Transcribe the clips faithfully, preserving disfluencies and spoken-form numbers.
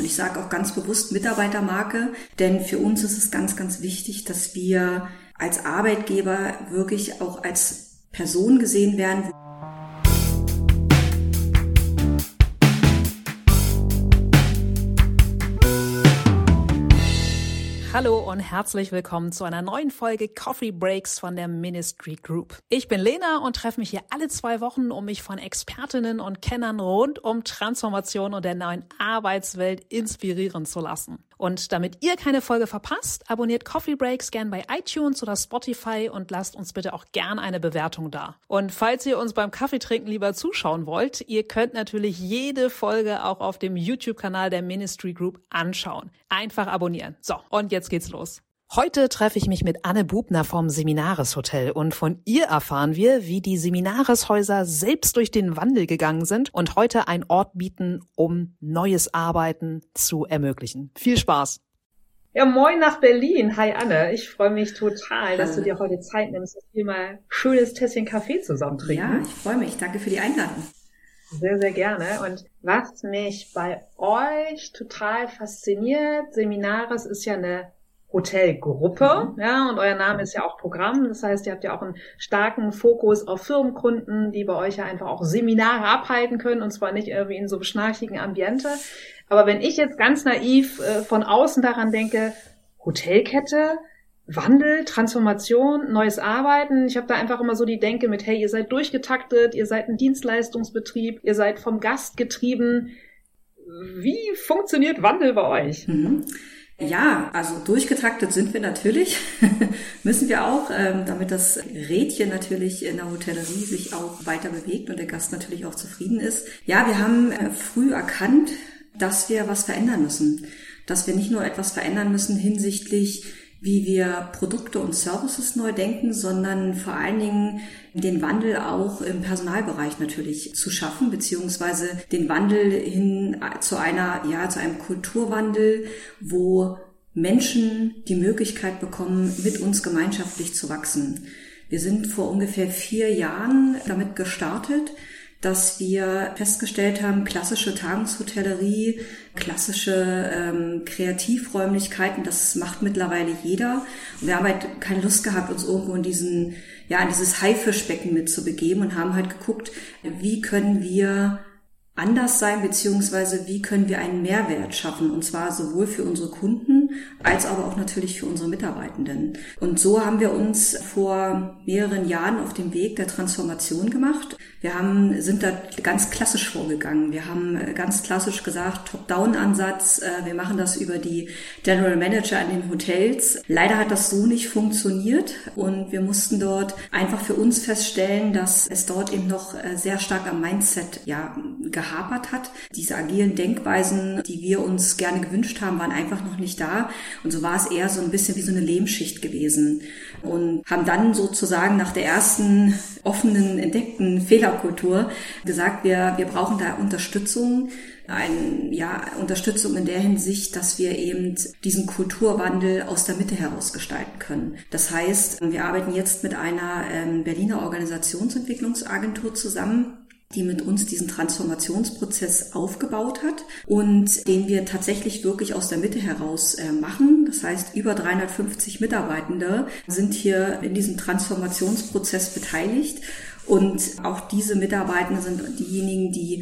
ich sage auch ganz bewusst Mitarbeitermarke, denn für uns ist es ganz, ganz wichtig, dass wir als Arbeitgeber wirklich auch als Person gesehen werden. Hallo und herzlich willkommen zu einer neuen Folge Coffee Breaks von der Ministry Group. Ich bin Lena und treffe mich hier alle zwei Wochen, um mich von Expertinnen und Kennern rund um Transformation und der neuen Arbeitswelt inspirieren zu lassen. Und damit ihr keine Folge verpasst, abonniert Coffee Breaks gern bei iTunes oder Spotify und lasst uns bitte auch gern eine Bewertung da. Und falls ihr uns beim Kaffeetrinken lieber zuschauen wollt, ihr könnt natürlich jede Folge auch auf dem YouTube-Kanal der Ministry Group anschauen. Einfach abonnieren. So, und jetzt geht's los. Heute treffe ich mich mit Anne Bubner vom Seminareshotel und von ihr erfahren wir, wie die Seminareshäuser selbst durch den Wandel gegangen sind und heute einen Ort bieten, um neues Arbeiten zu ermöglichen. Viel Spaß! Ja, moin nach Berlin. Hi Anne, ich freue mich total, dass du dir heute Zeit nimmst, dass wir mal ein schönes Tässchen Kaffee zusammen trinken. Ja, ich freue mich. Danke für die Einladung. Sehr, sehr gerne. Und was mich bei euch total fasziniert, Seminares ist ja eine Hotelgruppe, mhm. ja, und euer Name ist ja auch Programm. Das heißt, ihr habt ja auch einen starken Fokus auf Firmenkunden, die bei euch ja einfach auch Seminare abhalten können, und zwar nicht irgendwie in so schnarchigen Ambiente. Aber wenn ich jetzt ganz naiv äh, von außen daran denke, Hotelkette, Wandel, Transformation, neues Arbeiten. Ich habe da einfach immer so die Denke mit, hey, ihr seid durchgetaktet, ihr seid ein Dienstleistungsbetrieb, ihr seid vom Gast getrieben. Wie funktioniert Wandel bei euch? Mhm. Ja, also durchgetaktet sind wir natürlich, müssen wir auch, ähm, damit das Rädchen natürlich in der Hotellerie sich auch weiter bewegt und der Gast natürlich auch zufrieden ist. Ja, wir haben äh, früh erkannt, dass wir was verändern müssen, dass wir nicht nur etwas verändern müssen hinsichtlich, wie wir Produkte und Services neu denken, sondern vor allen Dingen den Wandel auch im Personalbereich natürlich zu schaffen, beziehungsweise den Wandel hin zu einer, ja, zu einem Kulturwandel, wo Menschen die Möglichkeit bekommen, mit uns gemeinschaftlich zu wachsen. Wir sind vor ungefähr vier Jahren damit gestartet, dass wir festgestellt haben, klassische Tagungshotellerie, klassische ähm, Kreativräumlichkeiten, das macht mittlerweile jeder. Und wir haben halt keine Lust gehabt, uns irgendwo in diesen, ja, in dieses Haifischbecken mitzubegeben und haben halt geguckt, wie können wir anders sein, beziehungsweise wie können wir einen Mehrwert schaffen, und zwar sowohl für unsere Kunden als aber auch natürlich für unsere Mitarbeitenden. Und so haben wir uns vor mehreren Jahren auf den Weg der Transformation gemacht. Wir haben, sind da ganz klassisch vorgegangen. Wir haben ganz klassisch gesagt, Top-Down-Ansatz. Wir machen das über die General Manager an den Hotels. Leider hat das so nicht funktioniert und wir mussten dort einfach für uns feststellen, dass es dort eben noch sehr stark am Mindset, ja, gehapert hat. Diese agilen Denkweisen, die wir uns gerne gewünscht haben, waren einfach noch nicht da. Und so war es eher so ein bisschen wie so eine Lehmschicht gewesen. Und haben dann sozusagen nach der ersten offenen, entdeckten Fehlerkultur gesagt, wir, wir brauchen da Unterstützung. Ein, ja, Unterstützung in der Hinsicht, dass wir eben diesen Kulturwandel aus der Mitte heraus gestalten können. Das heißt, wir arbeiten jetzt mit einer ähm, Berliner Organisationsentwicklungsagentur zusammen, die mit uns diesen Transformationsprozess aufgebaut hat und den wir tatsächlich wirklich aus der Mitte heraus äh, machen. Das heißt, über dreihundertfünfzig Mitarbeitende sind hier in diesem Transformationsprozess beteiligt, und auch diese Mitarbeitenden sind diejenigen, die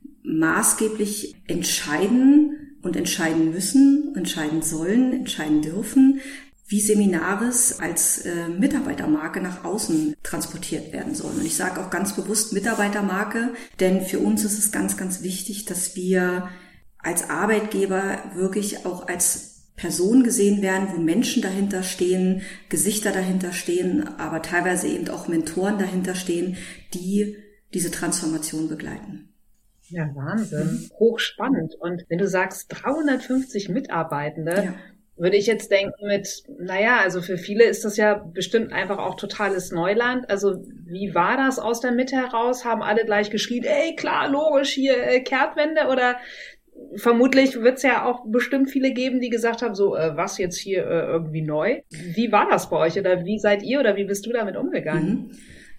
maßgeblich entscheiden und entscheiden müssen, entscheiden sollen, entscheiden dürfen, wie Seminares als äh, Mitarbeitermarke nach außen transportiert werden sollen. Und ich sage auch ganz bewusst Mitarbeitermarke, denn für uns ist es ganz, ganz wichtig, dass wir als Arbeitgeber wirklich auch als Person gesehen werden, wo Menschen dahinter stehen, Gesichter dahinter stehen, aber teilweise eben auch Mentoren dahinter stehen, die diese Transformation begleiten. Ja, Wahnsinn. Hochspannend. Und wenn du sagst dreihundertfünfzig Mitarbeitende, ja, würde ich jetzt denken mit, naja, also für viele ist das ja bestimmt einfach auch totales Neuland. Also wie war das aus der Mitte heraus? Haben alle gleich geschrien, ey, klar, logisch, hier äh, Kehrtwende? Oder vermutlich wird es ja auch bestimmt viele geben, die gesagt haben, so, äh, was jetzt hier äh, irgendwie neu? Wie war das bei euch? Oder wie seid ihr oder wie bist du damit umgegangen? Mhm.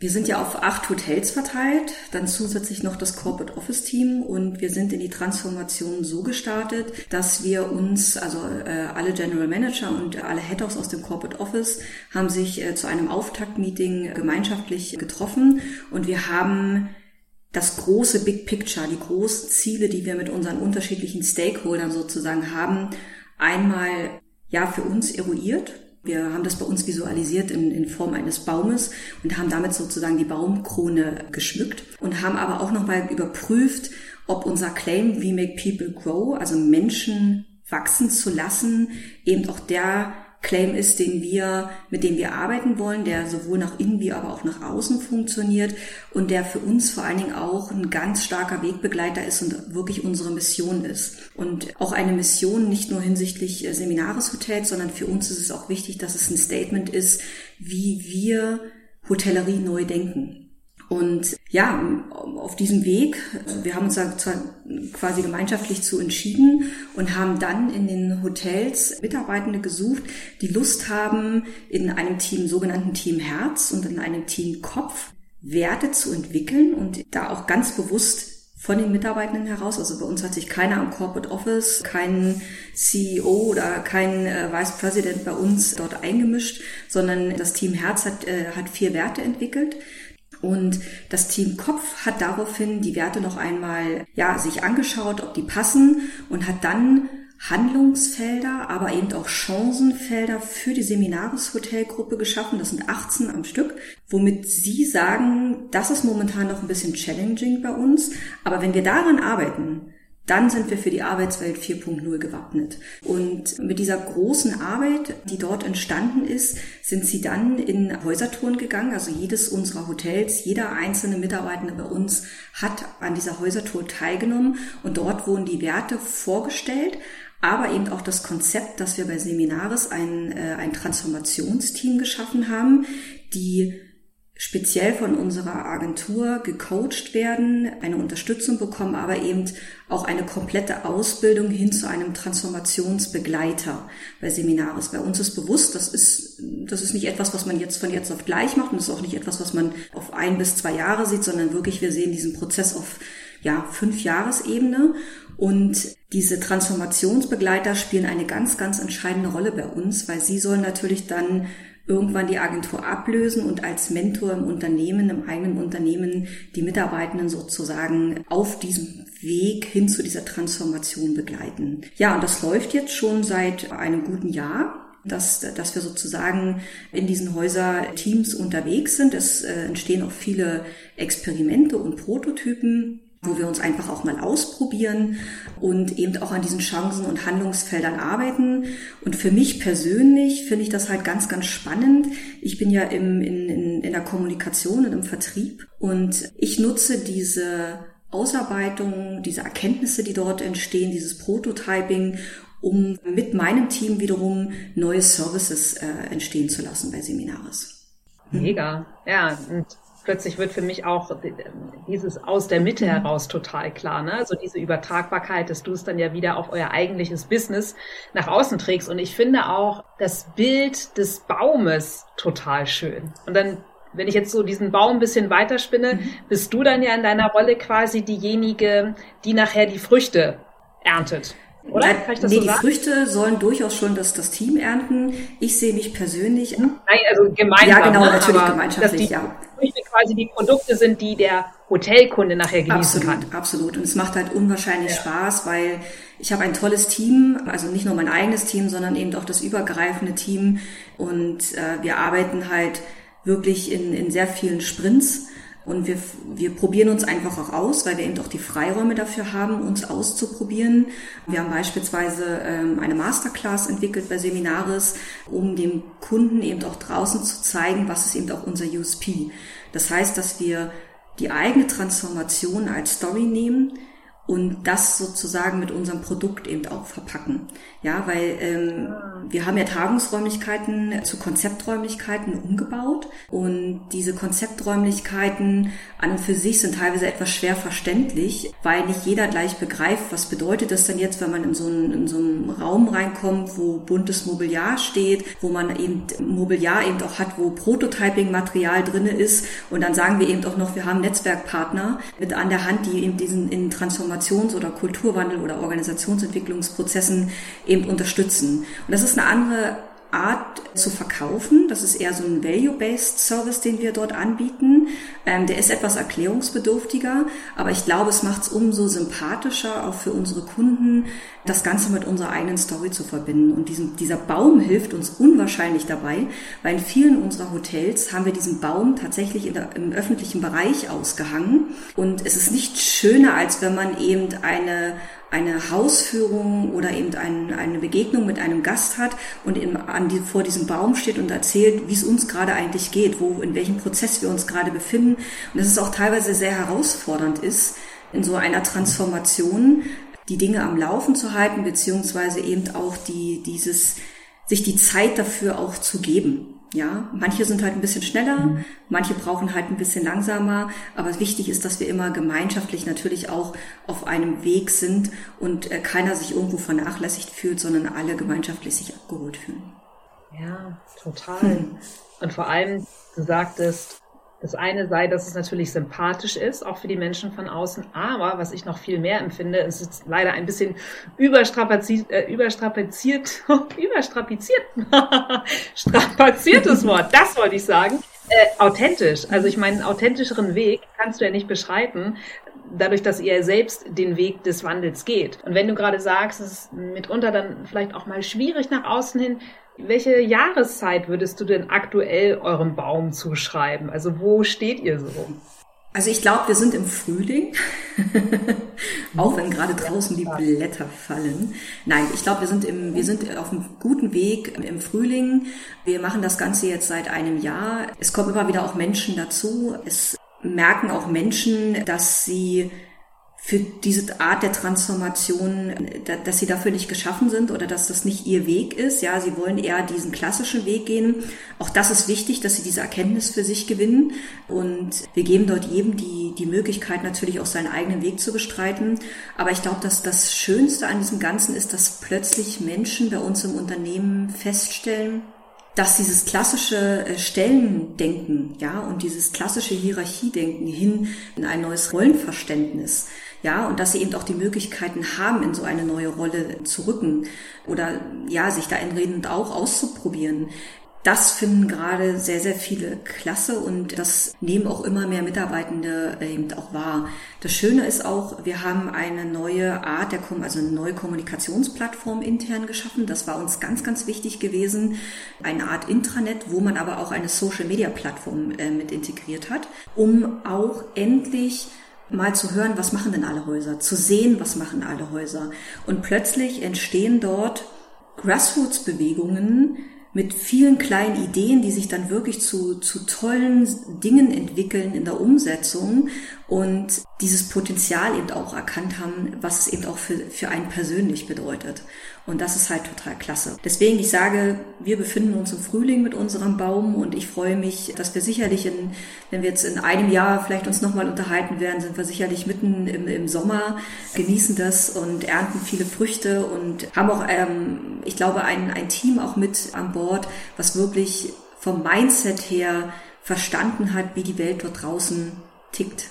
Wir sind ja auf acht Hotels verteilt, dann zusätzlich noch das Corporate Office Team und wir sind in die Transformation so gestartet, dass wir uns, also äh, alle General Manager und alle Head-Offs aus dem Corporate Office haben sich äh, zu einem Auftaktmeeting gemeinschaftlich getroffen und wir haben das große Big Picture, die großen Ziele, die wir mit unseren unterschiedlichen Stakeholdern sozusagen haben, einmal ja für uns eruiert. Wir haben das bei uns visualisiert in, in Form eines Baumes und haben damit sozusagen die Baumkrone geschmückt und haben aber auch nochmal überprüft, ob unser Claim We Make People Grow, also Menschen wachsen zu lassen, eben auch der Claim ist, den wir, mit dem wir arbeiten wollen, der sowohl nach innen wie aber auch nach außen funktioniert und der für uns vor allen Dingen auch ein ganz starker Wegbegleiter ist und wirklich unsere Mission ist. Und auch eine Mission nicht nur hinsichtlich Seminares Hotels, sondern für uns ist es auch wichtig, dass es ein Statement ist, wie wir Hotellerie neu denken. Und ja, auf diesem Weg, wir haben uns da quasi gemeinschaftlich zu entschieden und haben dann in den Hotels Mitarbeitende gesucht, die Lust haben, in einem Team, sogenannten Team Herz und in einem Team Kopf Werte zu entwickeln und da auch ganz bewusst von den Mitarbeitenden heraus, also bei uns hat sich keiner am Corporate Office, kein C E O oder kein äh, Vice President bei uns dort eingemischt, sondern das Team Herz hat, äh, hat vier Werte entwickelt. Und das Team Kopf hat daraufhin die Werte noch einmal, ja, sich angeschaut, ob die passen und hat dann Handlungsfelder, aber eben auch Chancenfelder für die Seminaris-Hotelgruppe geschaffen. Das sind achtzehn am Stück, womit sie sagen, das ist momentan noch ein bisschen challenging bei uns. Aber wenn wir daran arbeiten, dann sind wir für die Arbeitswelt vier Punkt null gewappnet. Und mit dieser großen Arbeit, die dort entstanden ist, sind sie dann in Häusertouren gegangen. Also jedes unserer Hotels, jeder einzelne Mitarbeitende bei uns hat an dieser Häusertour teilgenommen. Und dort wurden die Werte vorgestellt, aber eben auch das Konzept, dass wir bei Seminaris ein, äh, ein Transformationsteam geschaffen haben, die speziell von unserer Agentur gecoacht werden, eine Unterstützung bekommen, aber eben auch eine komplette Ausbildung hin zu einem Transformationsbegleiter bei Seminaris. Bei uns ist bewusst, das ist, das ist nicht etwas, was man jetzt von jetzt auf gleich macht und das ist auch nicht etwas, was man auf ein bis zwei Jahre sieht, sondern wirklich, wir sehen diesen Prozess auf, ja, fünf Jahresebene und diese Transformationsbegleiter spielen eine ganz, ganz entscheidende Rolle bei uns, weil sie sollen natürlich dann irgendwann die Agentur ablösen und als Mentor im Unternehmen, im eigenen Unternehmen, die Mitarbeitenden sozusagen auf diesem Weg hin zu dieser Transformation begleiten. Ja, und das läuft jetzt schon seit einem guten Jahr, dass, dass wir sozusagen in diesen Häuser-Teams unterwegs sind. Es äh, entstehen auch viele Experimente und Prototypen, wo wir uns einfach auch mal ausprobieren und eben auch an diesen Chancen und Handlungsfeldern arbeiten. Und für mich persönlich finde ich das halt ganz, ganz spannend. Ich bin ja im, in, in, in der Kommunikation und im Vertrieb und ich nutze diese Ausarbeitung, diese Erkenntnisse, die dort entstehen, dieses Prototyping, um mit meinem Team wiederum neue Services äh, entstehen zu lassen bei Seminaris. Mega, ja, und plötzlich wird für mich auch dieses aus der Mitte heraus total klar, ne? Also diese Übertragbarkeit, dass du es dann ja wieder auf euer eigentliches Business nach außen trägst. Und ich finde auch das Bild des Baumes total schön. Und dann, wenn ich jetzt so diesen Baum ein bisschen weiterspinne, mhm. bist du dann ja in deiner Rolle quasi diejenige, die nachher die Früchte erntet. Oder? Kann ich das nee, so die sagen? Früchte sollen durchaus schon das, das Team ernten. Ich sehe mich persönlich... Nein, also gemeinsam. Ja, genau, ne? natürlich Aber gemeinschaftlich, dass die ja. Früchte quasi die Produkte sind, die der Hotelkunde nachher genießen absolut, kann. Absolut. Und es macht halt unwahrscheinlich ja. Spaß, weil ich habe ein tolles Team, also nicht nur mein eigenes Team, sondern eben auch das übergreifende Team. Und äh, wir arbeiten halt wirklich in, in sehr vielen Sprints. Und wir, wir probieren uns einfach auch aus, weil wir eben auch die Freiräume dafür haben, uns auszuprobieren. Wir haben beispielsweise ähm, eine Masterclass entwickelt bei Seminaris, um dem Kunden eben auch draußen zu zeigen, was ist eben auch unser U S P. Das heißt, dass wir die eigene Transformation als Story nehmen und das sozusagen mit unserem Produkt eben auch verpacken. Ja, weil ähm, wir haben ja Tagungsräumlichkeiten zu Konzepträumlichkeiten umgebaut und diese Konzepträumlichkeiten an und für sich sind teilweise etwas schwer verständlich, weil nicht jeder gleich begreift, was bedeutet das denn jetzt, wenn man in so einen, in so einen Raum reinkommt, wo buntes Mobiliar steht, wo man eben Mobiliar eben auch hat, wo Prototyping-Material drinne ist und dann sagen wir eben auch noch, wir haben Netzwerkpartner mit an der Hand, die eben diesen in Transformations- oder Kulturwandel oder Organisationsentwicklungsprozessen eben unterstützen. Und das ist eine andere Art zu verkaufen. Das ist eher so ein Value-Based Service, den wir dort anbieten. Ähm, der ist etwas erklärungsbedürftiger, aber ich glaube, es macht es umso sympathischer, auch für unsere Kunden, das Ganze mit unserer eigenen Story zu verbinden. Und diesen, dieser Baum hilft uns unwahrscheinlich dabei, weil in vielen unserer Hotels haben wir diesen Baum tatsächlich in der, im öffentlichen Bereich ausgehangen. Und es ist nicht schöner, als wenn man eben eine eine Hausführung oder eben ein, eine Begegnung mit einem Gast hat und in, an die, vor diesem Baum steht und erzählt, wie es uns gerade eigentlich geht, wo, in welchem Prozess wir uns gerade befinden. Und dass es auch teilweise sehr herausfordernd ist, in so einer Transformation die Dinge am Laufen zu halten, beziehungsweise eben auch die, dieses, sich die Zeit dafür auch zu geben. Ja, manche sind halt ein bisschen schneller, mhm. manche brauchen halt ein bisschen langsamer, aber wichtig ist, dass wir immer gemeinschaftlich natürlich auch auf einem Weg sind und äh, keiner sich irgendwo vernachlässigt fühlt, sondern alle gemeinschaftlich sich abgeholt fühlen. Ja, total. Hm. Und vor allem, du sagtest, das eine sei, dass es natürlich sympathisch ist, auch für die Menschen von außen. Aber was ich noch viel mehr empfinde, es ist leider ein bisschen überstrapaziert, äh, überstrapaziert, überstrapaziert, strapaziertes Wort, das wollte ich sagen, äh, authentisch. Also ich meine, einen authentischeren Weg kannst du ja nicht beschreiten, dadurch, dass ihr selbst den Weg des Wandels geht. Und wenn du gerade sagst, es ist mitunter dann vielleicht auch mal schwierig nach außen hin, welche Jahreszeit würdest du denn aktuell eurem Baum zuschreiben? Also wo steht ihr so? Also ich glaube, wir sind im Frühling, auch wenn gerade draußen die Blätter fallen. Nein, ich glaube, wir sind im, wir sind auf einem guten Weg im Frühling. Wir machen das Ganze jetzt seit einem Jahr. Es kommen immer wieder auch Menschen dazu. Es merken auch Menschen, dass sie für diese Art der Transformation, dass sie dafür nicht geschaffen sind oder dass das nicht ihr Weg ist. Ja, sie wollen eher diesen klassischen Weg gehen. Auch das ist wichtig, dass sie diese Erkenntnis für sich gewinnen. Und wir geben dort jedem die, die Möglichkeit, natürlich auch seinen eigenen Weg zu bestreiten. Aber ich glaube, dass das Schönste an diesem Ganzen ist, dass plötzlich Menschen bei uns im Unternehmen feststellen, dass dieses klassische Stellendenken, ja, und dieses klassische Hierarchiedenken hin in ein neues Rollenverständnis, ja, und dass sie eben auch die Möglichkeiten haben, in so eine neue Rolle zu rücken oder, ja, sich da einredend auch auszuprobieren. Das finden gerade sehr, sehr viele klasse und das nehmen auch immer mehr Mitarbeitende eben auch wahr. Das Schöne ist auch, wir haben eine neue Art der, also eine neue Kommunikationsplattform intern geschaffen. Das war uns ganz, ganz wichtig gewesen. Eine Art Intranet, wo man aber auch eine Social-Media-Plattform äh, mit integriert hat, um auch endlich mal zu hören, was machen denn alle Häuser, zu sehen, was machen alle Häuser. Und plötzlich entstehen dort Grassroots-Bewegungen, mit vielen kleinen Ideen, die sich dann wirklich zu, zu tollen Dingen entwickeln in der Umsetzung und dieses Potenzial eben auch erkannt haben, was es eben auch für, für einen persönlich bedeutet. Und das ist halt total klasse. Deswegen, ich sage, wir befinden uns im Frühling mit unserem Baum und ich freue mich, dass wir sicherlich, in, wenn wir jetzt in einem Jahr vielleicht uns nochmal unterhalten werden, sind wir sicherlich mitten im, im Sommer, genießen das und ernten viele Früchte und haben auch, ähm, ich glaube, ein, ein Team auch mit an Bord, was wirklich vom Mindset her verstanden hat, wie die Welt dort draußen tickt.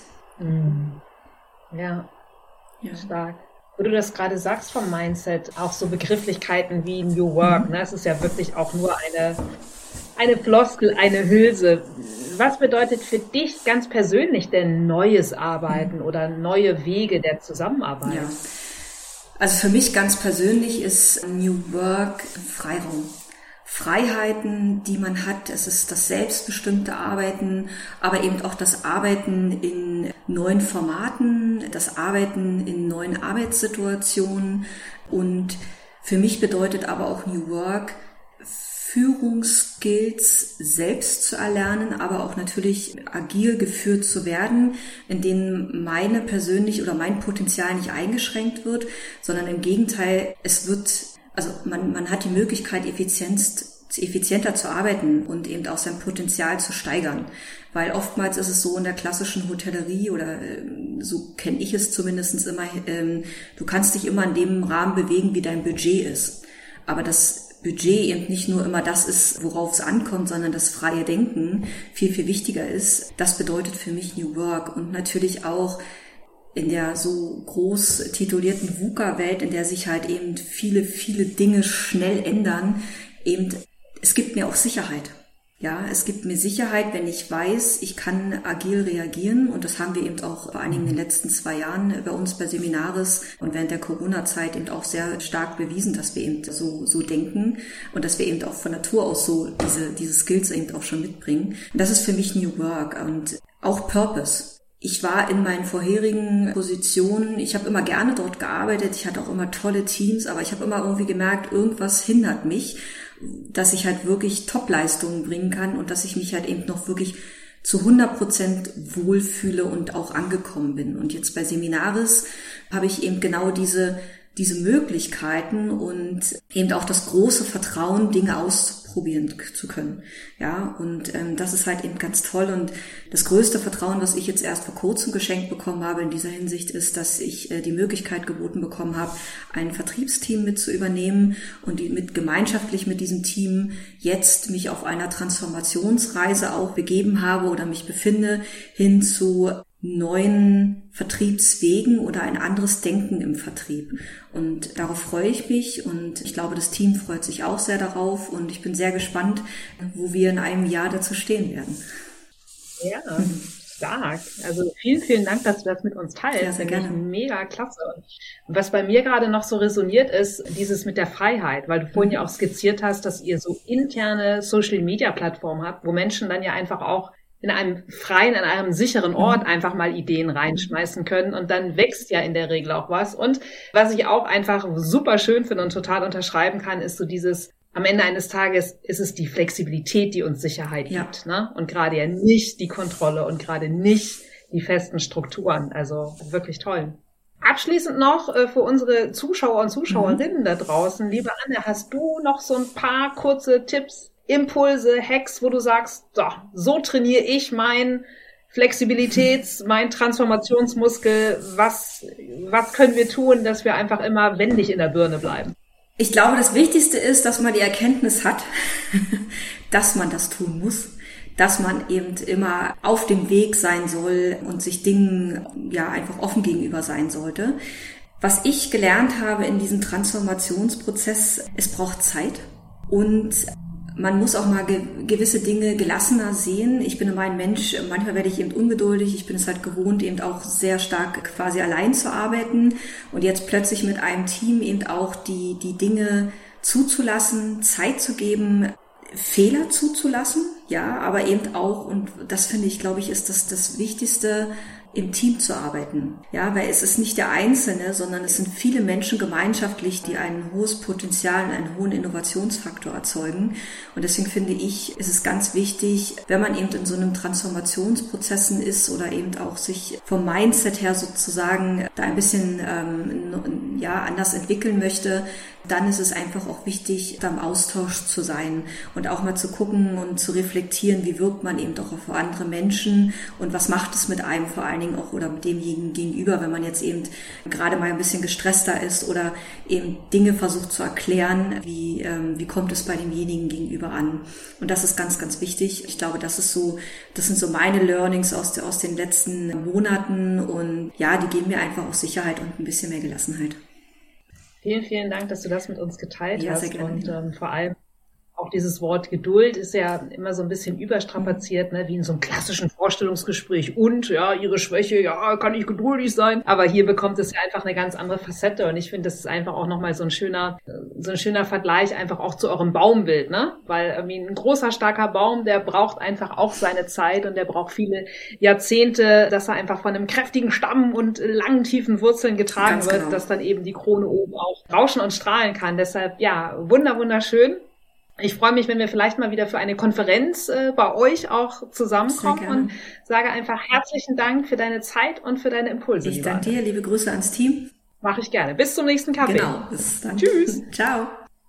Ja, ja. Stark. Wo du das gerade sagst vom Mindset, auch so Begrifflichkeiten wie New Work, mhm. ne? Es ist ja wirklich auch nur eine, eine Floskel, eine Hülse. Was bedeutet für dich ganz persönlich denn neues Arbeiten mhm. oder neue Wege der Zusammenarbeit? Ja. Also für mich ganz persönlich ist New Work Freiraum. Freiheiten, die man hat. Es ist das selbstbestimmte Arbeiten, aber eben auch das Arbeiten in neuen Formaten, das Arbeiten in neuen Arbeitssituationen. Und für mich bedeutet aber auch New Work, Führungsskills selbst zu erlernen, aber auch natürlich agil geführt zu werden, in denen meine persönlich oder mein Potenzial nicht eingeschränkt wird, sondern im Gegenteil, es wird, also man, man hat die Möglichkeit, Effizienz, effizienter zu arbeiten und eben auch sein Potenzial zu steigern. Weil oftmals ist es so in der klassischen Hotellerie oder so kenne ich es zumindest immer, du kannst dich immer in dem Rahmen bewegen, wie dein Budget ist. Aber das Budget eben nicht nur immer das ist, worauf es ankommt, sondern das freie Denken viel, viel wichtiger ist. Das bedeutet für mich New Work und natürlich auch in der so groß titulierten VUCA-Welt, in der sich halt eben viele, viele Dinge schnell ändern, eben, es gibt mir auch Sicherheit. Ja, es gibt mir Sicherheit, wenn ich weiß, ich kann agil reagieren und das haben wir eben auch vor allen Dingen in den letzten zwei Jahren bei uns bei Seminaris und während der Corona-Zeit eben auch sehr stark bewiesen, dass wir eben so so denken und dass wir eben auch von Natur aus so diese diese Skills eben auch schon mitbringen. Und das ist für mich New Work und auch Purpose. Ich war in meinen vorherigen Positionen, ich habe immer gerne dort gearbeitet, ich hatte auch immer tolle Teams, aber ich habe immer irgendwie gemerkt, irgendwas hindert mich, dass ich halt wirklich Top-Leistungen bringen kann und dass ich mich halt eben noch wirklich zu hundert Prozent wohlfühle und auch angekommen bin. Und jetzt bei Seminaris habe ich eben genau diese diese Möglichkeiten und eben auch das große Vertrauen, Dinge ausprobieren zu können. Ja, und ähm, das ist halt eben ganz toll. Und das größte Vertrauen, was ich jetzt erst vor kurzem geschenkt bekommen habe in dieser Hinsicht, ist, dass ich äh, die Möglichkeit geboten bekommen habe, ein Vertriebsteam mit zu übernehmen und die mit gemeinschaftlich mit diesem Team jetzt mich auf einer Transformationsreise auch begeben habe oder mich befinde hin zu neuen Vertriebswegen oder ein anderes Denken im Vertrieb. Und darauf freue ich mich und ich glaube, das Team freut sich auch sehr darauf und ich bin sehr gespannt, wo wir in einem Jahr dazu stehen werden. Ja, stark. Also vielen, vielen Dank, dass du das mit uns teilst. Ja, sehr gerne. Mega klasse. Und was bei mir gerade noch so resoniert ist, dieses mit der Freiheit, weil du vorhin mhm. ja auch skizziert hast, dass ihr so interne Social-Media-Plattformen habt, wo Menschen dann ja einfach auch in einem freien, an einem sicheren Ort einfach mal Ideen reinschmeißen können und dann wächst ja in der Regel auch was. Und was ich auch einfach super schön finde und total unterschreiben kann, ist so dieses, am Ende eines Tages ist es die Flexibilität, die uns Sicherheit ja. gibt, ne? Und gerade ja nicht die Kontrolle und gerade nicht die festen Strukturen. Also wirklich toll. Abschließend noch äh, für unsere Zuschauer und Zuschauerinnen mhm. da draußen, liebe Anne, hast du noch so ein paar kurze Tipps, Impulse, Hacks, wo du sagst, so, so trainiere ich mein Flexibilitäts-, mein Transformationsmuskel. Was, was können wir tun, dass wir einfach immer wendig in der Birne bleiben? Ich glaube, das Wichtigste ist, dass man die Erkenntnis hat, dass man das tun muss, dass man eben immer auf dem Weg sein soll und sich Dingen ja einfach offen gegenüber sein sollte. Was ich gelernt habe in diesem Transformationsprozess, es braucht Zeit und man muss auch mal ge- gewisse Dinge gelassener sehen. Ich bin immer ein Mensch, manchmal werde ich eben ungeduldig. Ich bin es halt gewohnt, eben auch sehr stark quasi allein zu arbeiten. Und jetzt plötzlich mit einem Team eben auch die, die Dinge zuzulassen, Zeit zu geben, Fehler zuzulassen. Ja, aber eben auch, und das finde ich, glaube ich, ist das, das Wichtigste, im Team zu arbeiten. Ja, weil es ist nicht der Einzelne, sondern es sind viele Menschen gemeinschaftlich, die ein hohes Potenzial und einen hohen Innovationsfaktor erzeugen. Und deswegen finde ich, ist es ganz wichtig, wenn man eben in so einem Transformationsprozessen ist oder eben auch sich vom Mindset her sozusagen da ein bisschen ähm, ja anders entwickeln möchte, dann ist es einfach auch wichtig, da im Austausch zu sein und auch mal zu gucken und zu reflektieren, wie wirkt man eben auch auf andere Menschen und was macht es mit einem vor allen Dingen auch oder mit demjenigen gegenüber, wenn man jetzt eben gerade mal ein bisschen gestresster ist oder eben Dinge versucht zu erklären, wie, ähm, wie kommt es bei demjenigen gegenüber an. Und das ist ganz, ganz wichtig. Ich glaube, das ist so, das sind so meine Learnings aus, aus den letzten Monaten und ja, die geben mir einfach auch Sicherheit und ein bisschen mehr Gelassenheit. Vielen, vielen Dank, dass du das mit uns geteilt ja, hast. Sehr gerne. Und ähm, vor allem auch dieses Wort Geduld ist ja immer so ein bisschen überstrapaziert, ne, wie in so einem klassischen Vorstellungsgespräch. Und, ja, ihre Schwäche, ja, kann ich geduldig sein. Aber hier bekommt es ja einfach eine ganz andere Facette. Und ich finde, das ist einfach auch nochmal so ein schöner, so ein schöner Vergleich einfach auch zu eurem Baumbild, ne? Weil irgendwie ein großer, starker Baum, der braucht einfach auch seine Zeit und der braucht viele Jahrzehnte, dass er einfach von einem kräftigen Stamm und langen, tiefen Wurzeln getragen ganz wird, genau. Dass dann eben die Krone oben auch rauschen und strahlen kann. Deshalb, ja, wunder, wunderschön. Ich freue mich, wenn wir vielleicht mal wieder für eine Konferenz äh, bei euch auch zusammenkommen und sage einfach herzlichen Dank für deine Zeit und für deine Impulse. Ich danke dir, liebe Grüße ans Team. Mache ich gerne. Bis zum nächsten Kaffee. Genau, bis dann. Tschüss. Ciao.